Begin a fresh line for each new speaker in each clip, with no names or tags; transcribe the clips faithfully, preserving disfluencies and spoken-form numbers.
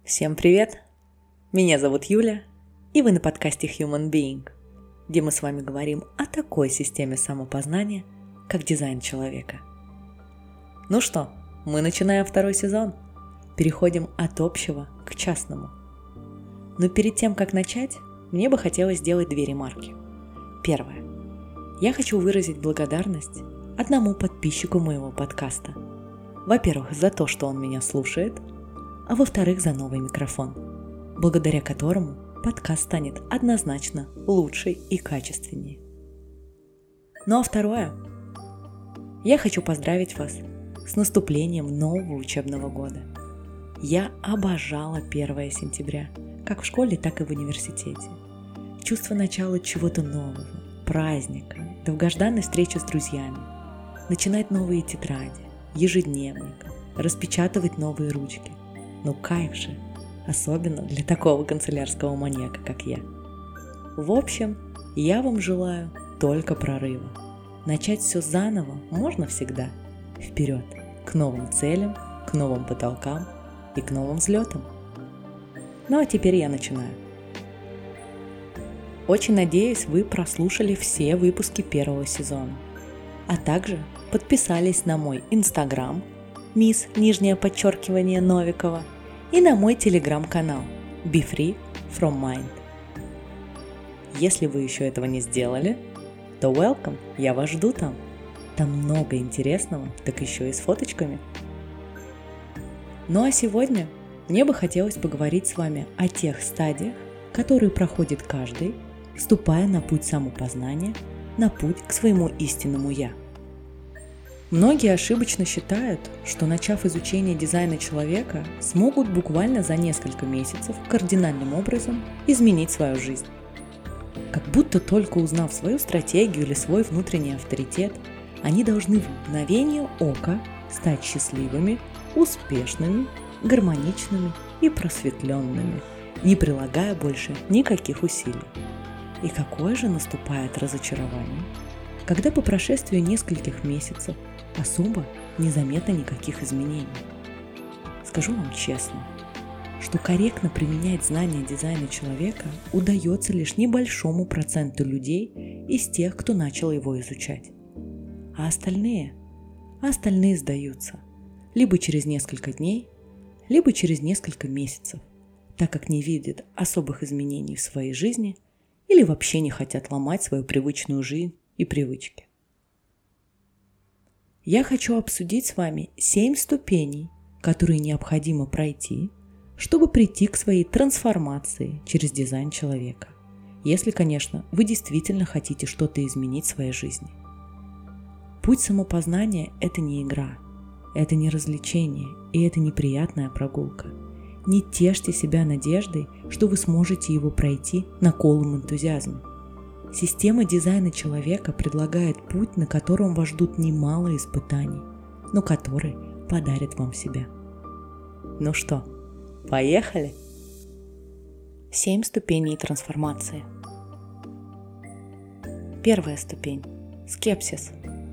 Всем привет! Меня зовут Юля, и вы на подкасте Human Being, где мы с вами говорим о такой системе самопознания, как дизайн человека. Ну что, мы начинаем второй сезон. Переходим от общего к частному. Но перед тем, как начать, мне бы хотелось сделать две ремарки. Первое. Я хочу выразить благодарность одному подписчику моего подкаста. Во-первых, за то, что он меня слушает, а во-вторых, за новый микрофон, благодаря которому подкаст станет однозначно лучше и качественнее. Ну а второе. Я хочу поздравить вас с наступлением нового учебного года. Я обожала первое сентября, как в школе, так и в университете. Чувство начала чего-то нового, праздника, долгожданной встречи с друзьями, начинать новые тетради, ежедневник, распечатывать новые ручки. Ну кайф же, особенно для такого канцелярского маньяка, как я. В общем, я вам желаю только прорыва. Начать все заново можно всегда. Вперед, к новым целям, к новым потолкам и к новым взлетам. Ну а теперь я начинаю. Очень надеюсь, вы прослушали все выпуски первого сезона, а также подписались на мой инстаграм, мисс, нижнее подчеркивание, Новикова, и на мой телеграм-канал Be Free From Mind. Если вы еще этого не сделали, то welcome, я вас жду там. Там много интересного, так еще и с фоточками. Ну а сегодня мне бы хотелось поговорить с вами о тех стадиях, которые проходит каждый, вступая на путь самопознания, на путь к своему истинному «я». Многие ошибочно считают, что, начав изучение дизайна человека, смогут буквально за несколько месяцев кардинальным образом изменить свою жизнь. Как будто только узнав свою стратегию или свой внутренний авторитет, они должны в мгновение ока стать счастливыми, успешными, гармоничными и просветленными, не прилагая больше никаких усилий. И какое же наступает разочарование, когда по прошествию нескольких месяцев особо незаметно никаких изменений. Скажу вам честно, что корректно применять знания дизайна человека удается лишь небольшому проценту людей из тех, кто начал его изучать. А остальные? А остальные сдаются либо через несколько дней, либо через несколько месяцев, так как не видят особых изменений в своей жизни или вообще не хотят ломать свою привычную жизнь и привычки. Я хочу обсудить с вами семь ступеней, которые необходимо пройти, чтобы прийти к своей трансформации через дизайн человека, если, конечно, вы действительно хотите что-то изменить в своей жизни. Путь самопознания – это не игра, это не развлечение и это не приятная прогулка. Не тешьте себя надеждой, что вы сможете его пройти на голом энтузиазме. Система дизайна человека предлагает путь, на котором вас ждут немало испытаний, но который подарит вам себя. Ну что, поехали? Семь ступеней трансформации. Первая ступень – скепсис.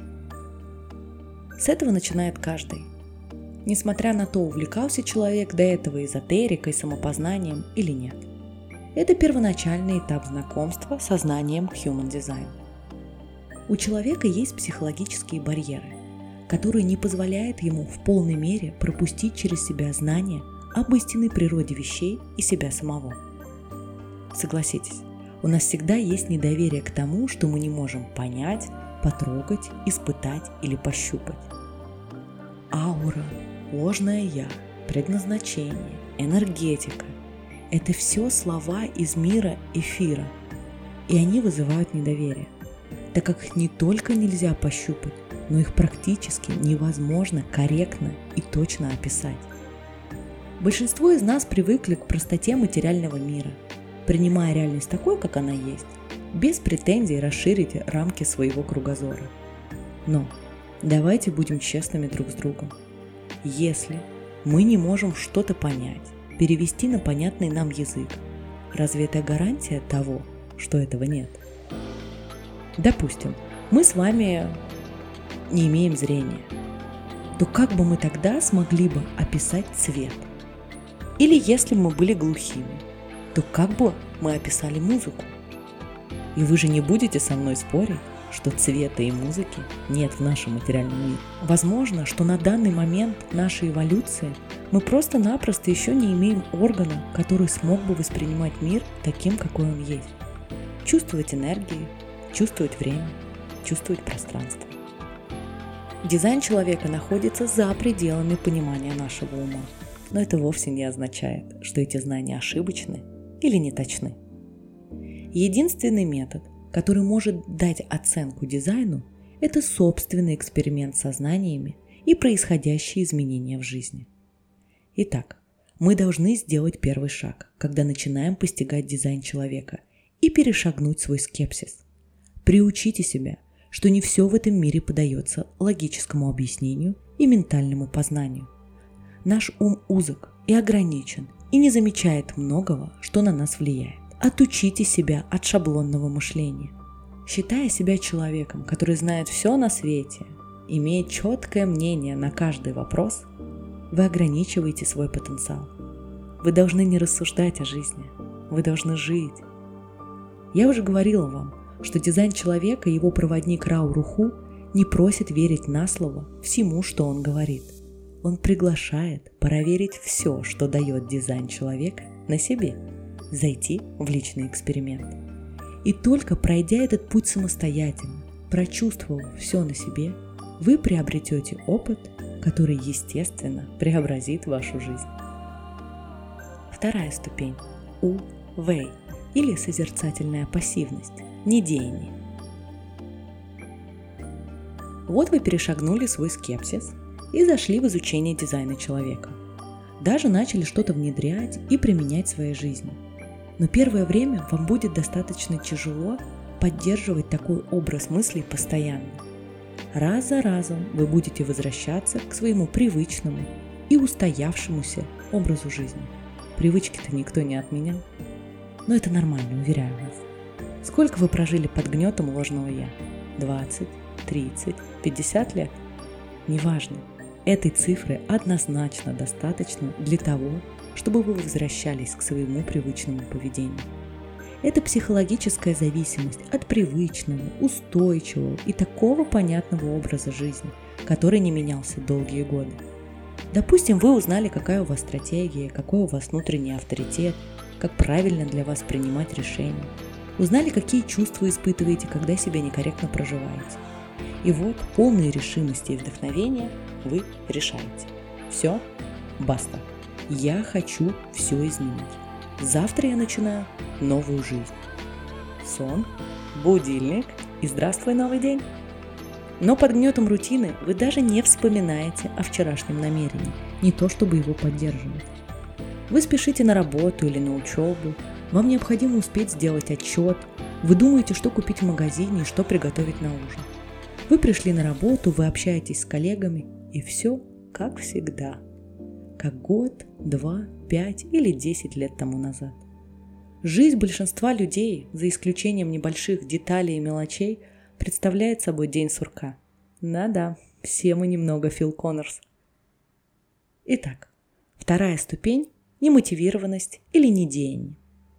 С этого начинает каждый. Несмотря на то, увлекался человек до этого эзотерикой, самопознанием или нет. Это первоначальный этап знакомства со знанием Human Design. У человека есть психологические барьеры, которые не позволяют ему в полной мере пропустить через себя знания об истинной природе вещей и себя самого. Согласитесь, у нас всегда есть недоверие к тому, что мы не можем понять, потрогать, испытать или пощупать. Аура, ложное «я», предназначение, энергетика – это все слова из мира эфира, и они вызывают недоверие, так как их не только нельзя пощупать, но их практически невозможно корректно и точно описать. Большинство из нас привыкли к простоте материального мира, принимая реальность такой, как она есть, без претензий расширить рамки своего кругозора. Но давайте будем честными друг с другом. Если мы не можем что-то понять, перевести на понятный нам язык, разве это гарантия того, что этого нет? Допустим, мы с вами не имеем зрения, то как бы мы тогда смогли бы описать цвет? Или если мы были глухими, то как бы мы описали музыку? И вы же не будете со мной спорить, что цвета и музыки нет в нашем материальном мире. Возможно, что на данный момент нашей эволюции мы просто-напросто еще не имеем органа, который смог бы воспринимать мир таким, какой он есть. Чувствовать энергию, чувствовать время, чувствовать пространство. Дизайн человека находится за пределами понимания нашего ума, но это вовсе не означает, что эти знания ошибочны или неточны. Единственный метод, который может дать оценку дизайну, это собственный эксперимент со знаниями и происходящие изменения в жизни. Итак, мы должны сделать первый шаг, когда начинаем постигать дизайн человека, и перешагнуть свой скепсис. Приучите себя, что не все в этом мире поддается логическому объяснению и ментальному познанию. Наш ум узок и ограничен и не замечает многого, что на нас влияет. Отучите себя от шаблонного мышления. Считая себя человеком, который знает все на свете, имея четкое мнение на каждый вопрос, вы ограничиваете свой потенциал. Вы должны не рассуждать о жизни, вы должны жить. Я уже говорила вам, что дизайн человека и его проводник Рау Руху не просит верить на слово всему, что он говорит. Он приглашает проверить все, что дает дизайн человека, на себе, зайти в личный эксперимент. И только пройдя этот путь самостоятельно, прочувствовав все на себе, вы приобретете опыт, который, естественно, преобразит вашу жизнь. Вторая ступень – У-Вэй, или созерцательная пассивность, недеяние. Вот вы перешагнули свой скепсис и зашли в изучение дизайна человека. Даже начали что-то внедрять и применять в своей жизни. Но первое время вам будет достаточно тяжело поддерживать такой образ мыслей постоянно. Раз за разом вы будете возвращаться к своему привычному и устоявшемуся образу жизни. Привычки-то никто не отменял. Но это нормально, уверяю вас. Сколько вы прожили под гнетом ложного «я»? двадцать, тридцать, пятьдесят лет? Неважно. Этой цифры однозначно достаточно для того, чтобы вы возвращались к своему привычному поведению. Это психологическая зависимость от привычного, устойчивого и такого понятного образа жизни, который не менялся долгие годы. Допустим, вы узнали, какая у вас стратегия, какой у вас внутренний авторитет, как правильно для вас принимать решения. Узнали, какие чувства испытываете, когда себя некорректно проживаете. И вот, полные решимости и вдохновения, вы решаете. Все, баста. Я хочу все изменить. Завтра я начинаю новую жизнь. Сон, будильник и здравствуй, новый день. Но под гнетом рутины вы даже не вспоминаете о вчерашнем намерении, не то чтобы его поддерживать. Вы спешите на работу или на учебу, вам необходимо успеть сделать отчет, вы думаете, что купить в магазине и что приготовить на ужин. Вы пришли на работу, вы общаетесь с коллегами, и все как всегда. Как год, два, пять или десять лет тому назад. Жизнь большинства людей, за исключением небольших деталей и мелочей, представляет собой день сурка. Да-да, все мы немного Фил Коннорс. Итак, вторая ступень – немотивированность или недеяние.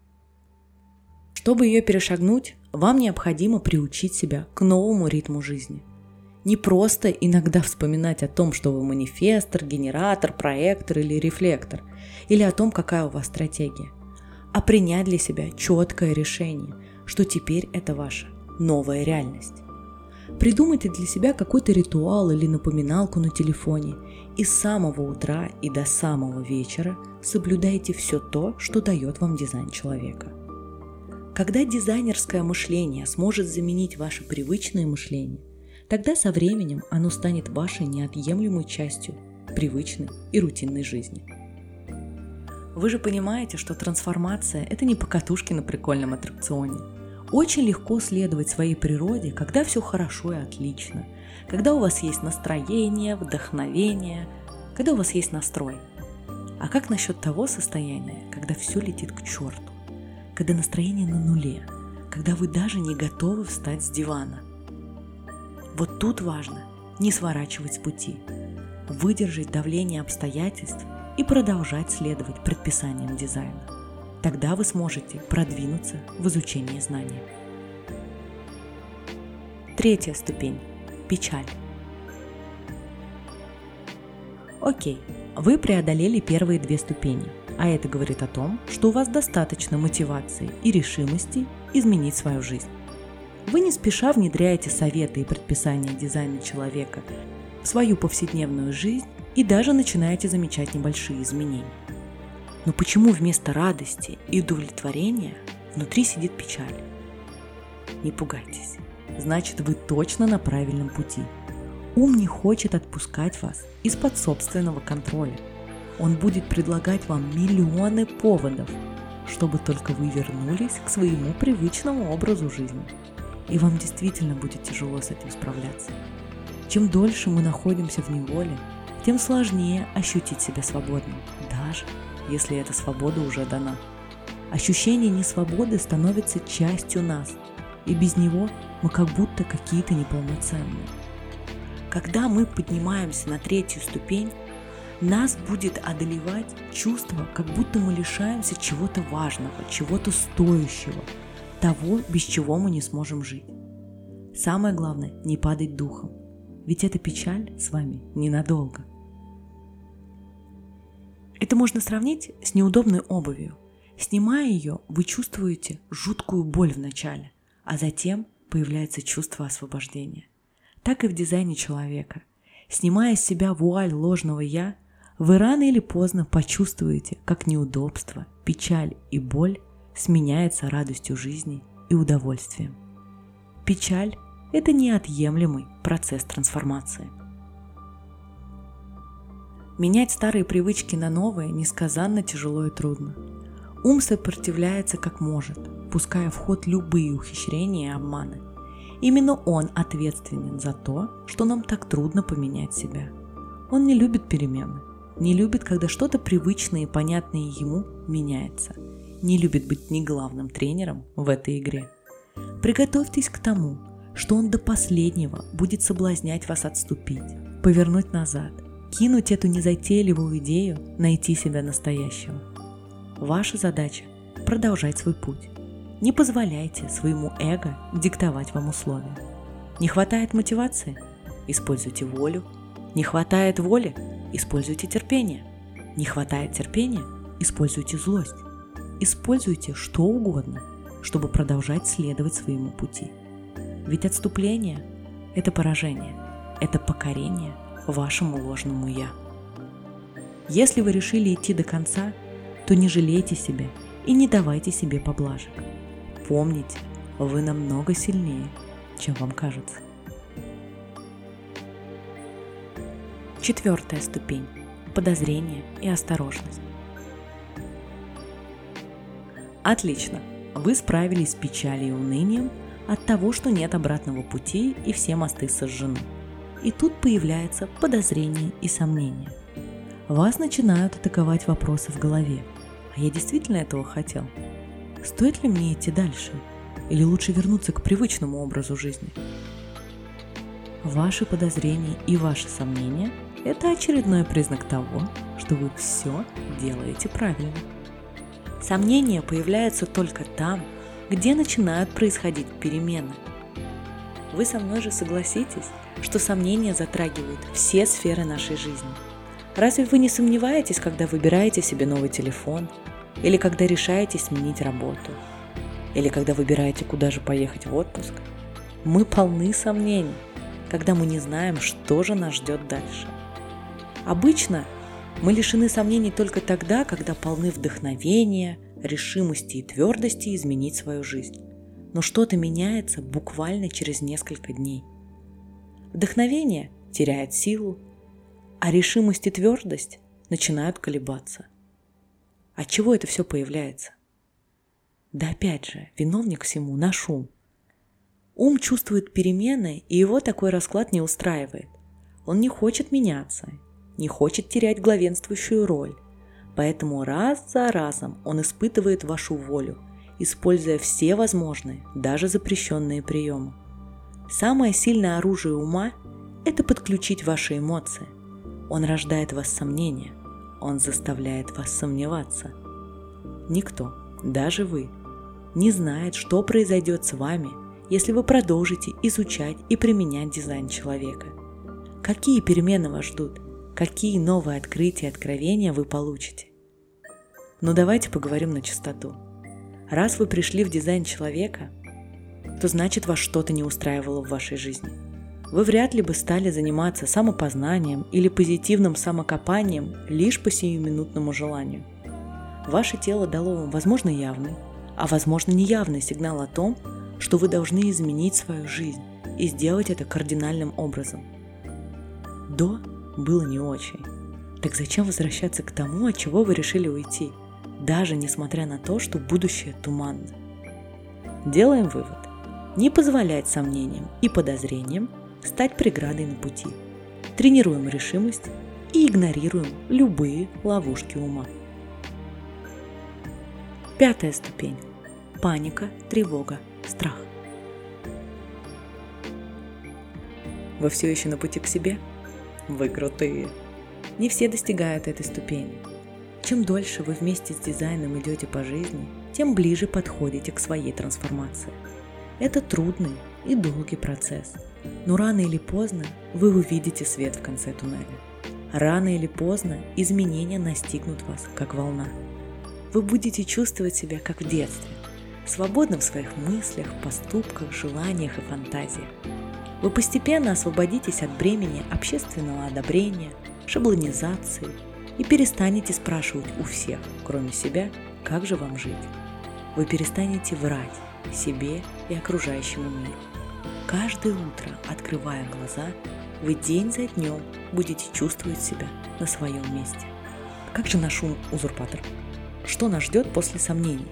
Чтобы ее перешагнуть, вам необходимо приучить себя к новому ритму жизни. Не просто иногда вспоминать о том, что вы манифестор, генератор, проектор или рефлектор, или о том, какая у вас стратегия, а принять для себя четкое решение, что теперь это ваша новая реальность. Придумайте для себя какой-то ритуал или напоминалку на телефоне и с самого утра и до самого вечера соблюдайте все то, что дает вам дизайн человека. Когда дизайнерское мышление сможет заменить ваше привычное мышление, тогда со временем оно станет вашей неотъемлемой частью привычной и рутинной жизни. Вы же понимаете, что трансформация – это не покатушки на прикольном аттракционе. Очень легко следовать своей природе, когда все хорошо и отлично, когда у вас есть настроение, вдохновение, когда у вас есть настрой. А как насчет того состояния, когда все летит к черту, когда настроение на нуле, когда вы даже не готовы встать с дивана? Вот тут важно не сворачивать с пути, выдержать давление обстоятельств и продолжать следовать предписаниям дизайна. Тогда вы сможете продвинуться в изучении знания. Третья ступень – печаль. Окей, вы преодолели первые две ступени, а это говорит о том, что у вас достаточно мотивации и решимости изменить свою жизнь. Вы не спеша внедряете советы и предписания дизайна человека в свою повседневную жизнь и даже начинаете замечать небольшие изменения. Но почему вместо радости и удовлетворения внутри сидит печаль? Не пугайтесь, значит, вы точно на правильном пути. Ум не хочет отпускать вас из-под собственного контроля. Он будет предлагать вам миллионы поводов, чтобы только вы вернулись к своему привычному образу жизни. И вам действительно будет тяжело с этим справляться. Чем дольше мы находимся в неволе, тем сложнее ощутить себя свободным, даже если эта свобода уже дана. Ощущение несвободы становится частью нас, и без него мы как будто какие-то неполноценные. Когда мы поднимаемся на третью ступень, нас будет одолевать чувство, как будто мы лишаемся чего-то важного, чего-то стоящего, того, без чего мы не сможем жить. Самое главное – не падать духом, ведь эта печаль с вами ненадолго. Это можно сравнить с неудобной обувью. Снимая ее, вы чувствуете жуткую боль вначале, а затем появляется чувство освобождения. Так и в дизайне человека. Снимая с себя вуаль ложного «я», вы рано или поздно почувствуете, как неудобство, печаль и боль сменяется радостью жизни и удовольствием. Печаль – это неотъемлемый процесс трансформации. Менять старые привычки на новые несказанно тяжело и трудно. Ум сопротивляется как может, пуская в ход любые ухищрения и обманы. Именно он ответственен за то, что нам так трудно поменять себя. Он не любит перемены, не любит, когда что-то привычное и понятное ему меняется, не любит быть не главным тренером в этой игре. Приготовьтесь к тому, что он до последнего будет соблазнять вас отступить, повернуть назад, кинуть эту незатейливую идею найти себя настоящего. Ваша задача – продолжать свой путь. Не позволяйте своему эго диктовать вам условия. Не хватает мотивации? Используйте волю. Не хватает воли? Используйте терпение. Не хватает терпения? Используйте злость. Используйте что угодно, чтобы продолжать следовать своему пути. Ведь отступление – это поражение, это покорение вашему ложному «я». Если вы решили идти до конца, то не жалейте себя и не давайте себе поблажек. Помните, вы намного сильнее, чем вам кажется. Четвертая ступень – подозрение и осторожность. Отлично, вы справились с печалью и унынием от того, что нет обратного пути и все мосты сожжены. И тут появляется подозрение и сомнение. Вас начинают атаковать вопросы в голове. А я действительно этого хотел? Стоит ли мне идти дальше? Или лучше вернуться к привычному образу жизни? Ваши подозрения и ваши сомнения – это очередной признак того, что вы все делаете правильно. Сомнения появляются только там, где начинают происходить перемены. Вы со мной же согласитесь, что сомнения затрагивают все сферы нашей жизни. Разве вы не сомневаетесь, когда выбираете себе новый телефон, или когда решаете сменить работу, или когда выбираете, куда же поехать в отпуск? Мы полны сомнений, когда мы не знаем, что же нас ждет дальше. Обычно мы лишены сомнений только тогда, когда полны вдохновения, решимости и твердости изменить свою жизнь. Но что-то меняется буквально через несколько дней. Вдохновение теряет силу, а решимость и твердость начинают колебаться. От чего это все появляется? Да опять же, виновник всему наш ум. Ум чувствует перемены, и его такой расклад не устраивает. Он не хочет меняться, не хочет терять главенствующую роль. Поэтому раз за разом он испытывает вашу волю, используя все возможные, даже запрещенные приемы. Самое сильное оружие ума – это подключить ваши эмоции. Он рождает в вас сомнения, он заставляет вас сомневаться. Никто, даже вы, не знает, что произойдет с вами, если вы продолжите изучать и применять дизайн человека. Какие перемены вас ждут? Какие новые открытия и откровения вы получите? Но давайте поговорим на чистоту. Раз вы пришли в дизайн человека, то значит вас что-то не устраивало в вашей жизни. Вы вряд ли бы стали заниматься самопознанием или позитивным самокопанием лишь по сиюминутному желанию. Ваше тело дало вам, возможно, явный, а возможно, неявный сигнал о том, что вы должны изменить свою жизнь и сделать это кардинальным образом. До было не очень. Так зачем возвращаться к тому, от чего вы решили уйти, даже несмотря на то, что будущее туманно? Делаем вывод. Не позволять сомнениям и подозрениям стать преградой на пути. Тренируем решимость и игнорируем любые ловушки ума. Пятая ступень. Паника, тревога, страх. Вы все еще на пути к себе? Вы крутые. Не все достигают этой ступени. Чем дольше вы вместе с дизайном идете по жизни, тем ближе подходите к своей трансформации. Это трудный и долгий процесс, но рано или поздно вы увидите свет в конце туннеля. Рано или поздно изменения настигнут вас, как волна. Вы будете чувствовать себя, как в детстве, свободным в своих мыслях, поступках, желаниях и фантазиях. Вы постепенно освободитесь от бремени общественного одобрения, шаблонизации и перестанете спрашивать у всех, кроме себя, как же вам жить. Вы перестанете врать себе и окружающему миру. Каждое утро, открывая глаза, вы день за днем будете чувствовать себя на своем месте. Как же наш ум узурпатор? Что нас ждет после сомнений?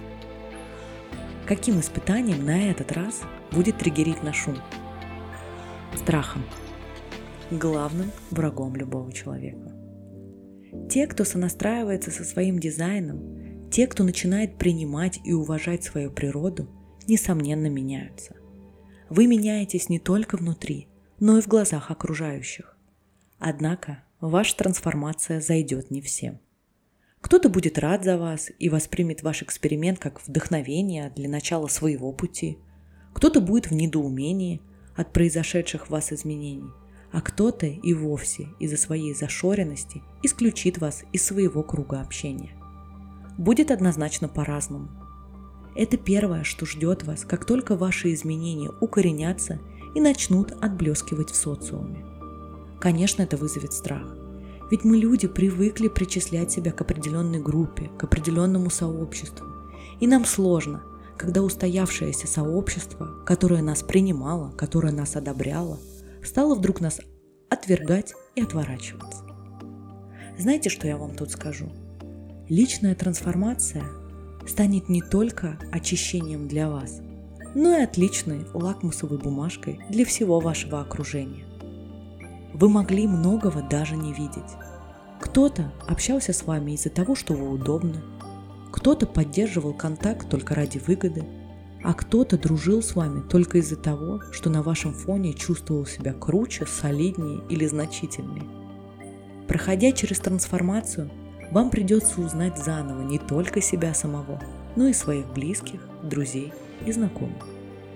Каким испытанием на этот раз будет триггерить наш ум? Страхом. Главным врагом любого человека. Те, кто сонастраивается со своим дизайном, те, кто начинает принимать и уважать свою природу, несомненно меняются. Вы меняетесь не только внутри, но и в глазах окружающих. Однако ваша трансформация зайдет не всем. Кто-то будет рад за вас и воспримет ваш эксперимент как вдохновение для начала своего пути. Кто-то будет в недоумении от произошедших в вас изменений, а кто-то и вовсе из-за своей зашоренности исключит вас из своего круга общения. Будет однозначно по-разному. Это первое, что ждет вас, как только ваши изменения укоренятся и начнут отблескивать в социуме. Конечно, это вызовет страх. Ведь мы, люди, привыкли причислять себя к определенной группе, к определенному сообществу. И нам сложно, когда устоявшееся сообщество, которое нас принимало, которое нас одобряло, стало вдруг нас отвергать и отворачиваться. Знаете, что я вам тут скажу? Личная трансформация станет не только очищением для вас, но и отличной лакмусовой бумажкой для всего вашего окружения. Вы могли многого даже не видеть. Кто-то общался с вами из-за того, что вы удобны, кто-то поддерживал контакт только ради выгоды, а кто-то дружил с вами только из-за того, что на вашем фоне чувствовал себя круче, солиднее или значительнее. Проходя через трансформацию, вам придется узнать заново не только себя самого, но и своих близких, друзей и знакомых.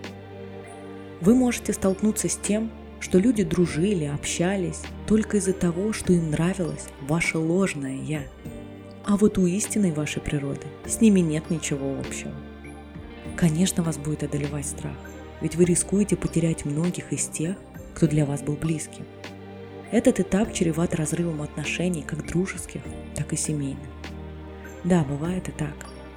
Вы можете столкнуться с тем, что люди дружили, общались только из-за того, что им нравилось ваше ложное «я». А вот у истинной вашей природы с ними нет ничего общего. Конечно, вас будет одолевать страх, ведь вы рискуете потерять многих из тех, кто для вас был близким. Этот этап чреват разрывом отношений как дружеских, так и семейных. Да, бывает и так.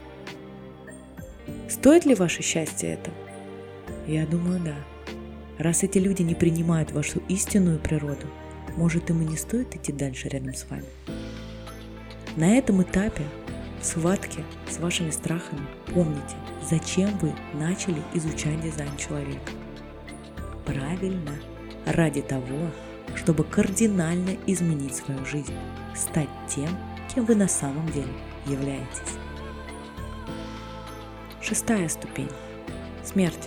Стоит ли ваше счастье этого? Я думаю, да. Раз эти люди не принимают вашу истинную природу, может, им и не стоит идти дальше рядом с вами. На этом этапе, в схватке с вашими страхами, помните, зачем вы начали изучать дизайн человека. Правильно, ради того, чтобы кардинально изменить свою жизнь, стать тем, кем вы на самом деле являетесь. Шестая ступень. Смерть.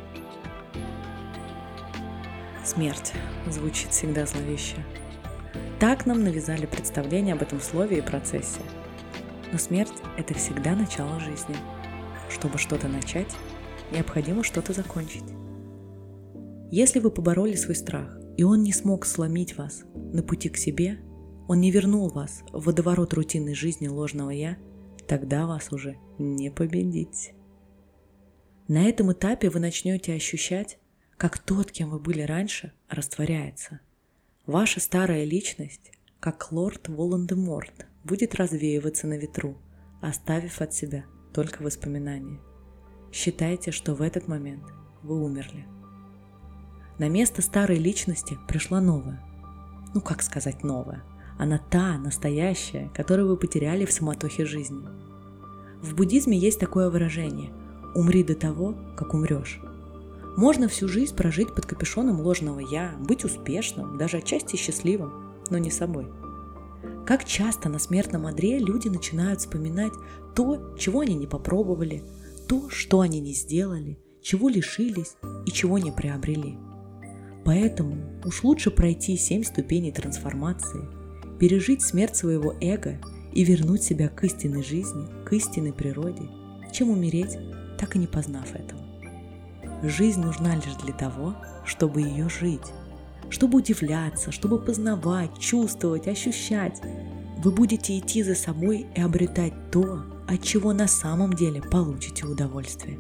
Смерть звучит всегда зловеще. Так нам навязали представление об этом слове и процессе. Но смерть – это всегда начало жизни. Чтобы что-то начать, необходимо что-то закончить. Если вы побороли свой страх, и он не смог сломить вас на пути к себе, он не вернул вас в водоворот рутинной жизни ложного «я», тогда вас уже не победить. На этом этапе вы начнете ощущать, как тот, кем вы были раньше, растворяется. Ваша старая личность, как лорд Волан-де-Морт, будет развеиваться на ветру, оставив от себя только воспоминания. Считайте, что в этот момент вы умерли. На место старой личности пришла новая. Ну, как сказать новая? Она та, настоящая, которую вы потеряли в суматохе жизни. В буддизме есть такое выражение «умри до того, как умрешь». Можно всю жизнь прожить под капюшоном ложного «я», быть успешным, даже отчасти счастливым, но не собой. Как часто на смертном одре люди начинают вспоминать то, чего они не попробовали, то, что они не сделали, чего лишились и чего не приобрели. Поэтому уж лучше пройти семь ступеней трансформации, пережить смерть своего эго и вернуть себя к истинной жизни, к истинной природе, чем умереть, так и не познав этого. Жизнь нужна лишь для того, чтобы ее жить, чтобы удивляться, чтобы познавать, чувствовать, ощущать. Вы будете идти за собой и обретать то, от чего на самом деле получите удовольствие.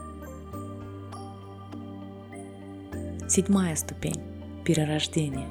Седьмая ступень – перерождение.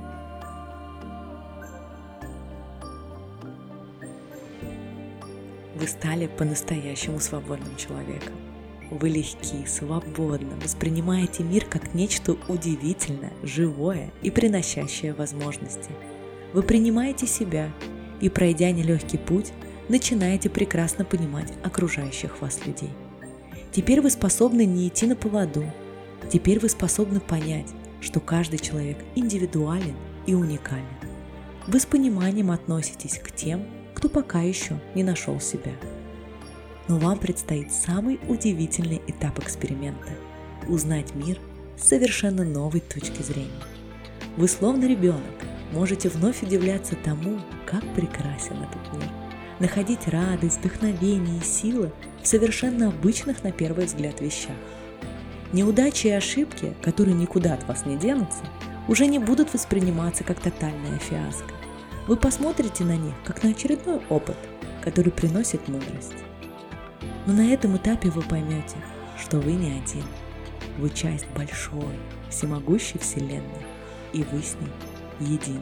Вы стали по-настоящему свободным человеком. Вы легки, свободны, воспринимаете мир как нечто удивительное, живое и приносящее возможности. Вы принимаете себя и, пройдя нелегкий путь, начинаете прекрасно понимать окружающих вас людей. Теперь вы способны не идти на поводу. Теперь вы способны понять, что каждый человек индивидуален и уникален. Вы с пониманием относитесь к тем, кто пока еще не нашел себя. Но вам предстоит самый удивительный этап эксперимента – узнать мир с совершенно новой точки зрения. Вы словно ребенок можете вновь удивляться тому, как прекрасен этот мир, находить радость, вдохновение и силы в совершенно обычных на первый взгляд вещах. Неудачи и ошибки, которые никуда от вас не денутся, уже не будут восприниматься как тотальная фиаско. Вы посмотрите на них, как на очередной опыт, который приносит мудрость. Но на этом этапе вы поймете, что вы не один. Вы часть большой, всемогущей Вселенной, и вы с ней едины.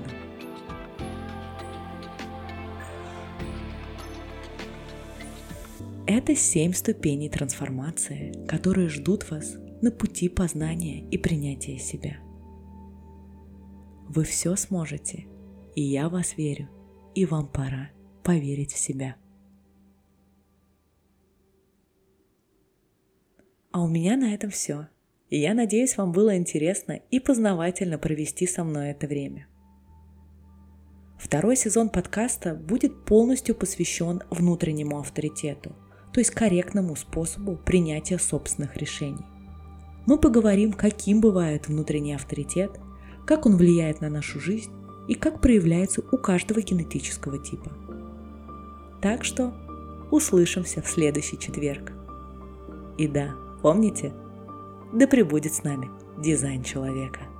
Это семь ступеней трансформации, которые ждут вас на пути познания и принятия себя. Вы все сможете, и я в вас верю, и вам пора поверить в себя. А у меня на этом все. И я надеюсь, вам было интересно и познавательно провести со мной это время. Второй сезон подкаста будет полностью посвящен внутреннему авторитету, то есть корректному способу принятия собственных решений. Мы поговорим, каким бывает внутренний авторитет, как он влияет на нашу жизнь и как проявляется у каждого генетического типа. Так что услышимся в следующий четверг. И да, помните, да пребудет с нами дизайн человека.